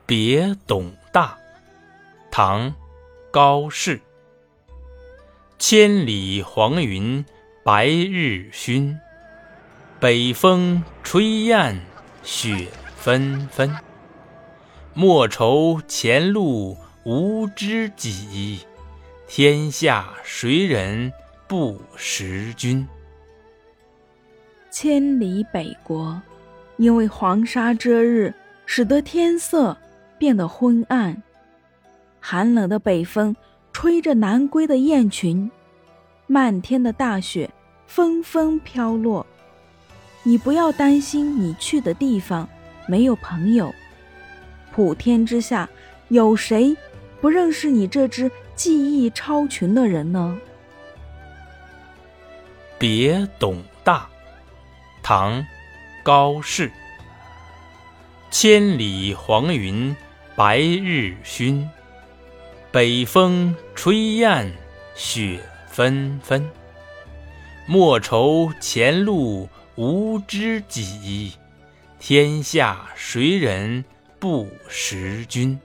别董大，唐·高适。千里黄云白日曛，北风吹雁雪纷纷。莫愁前路无知己，天下谁人不识君。 千里北国，因为黄沙遮日，使得天色变得昏暗。寒冷的北风吹着南归的雁群，漫天的大雪纷纷飘落。你不要担心你去的地方没有朋友，普天之下有谁不认识你这只技艺超群的人呢？ 别董大，唐·高适。千里黄云白日曛，北风吹雁雪纷纷。莫愁前路无知己，天下谁人不识君。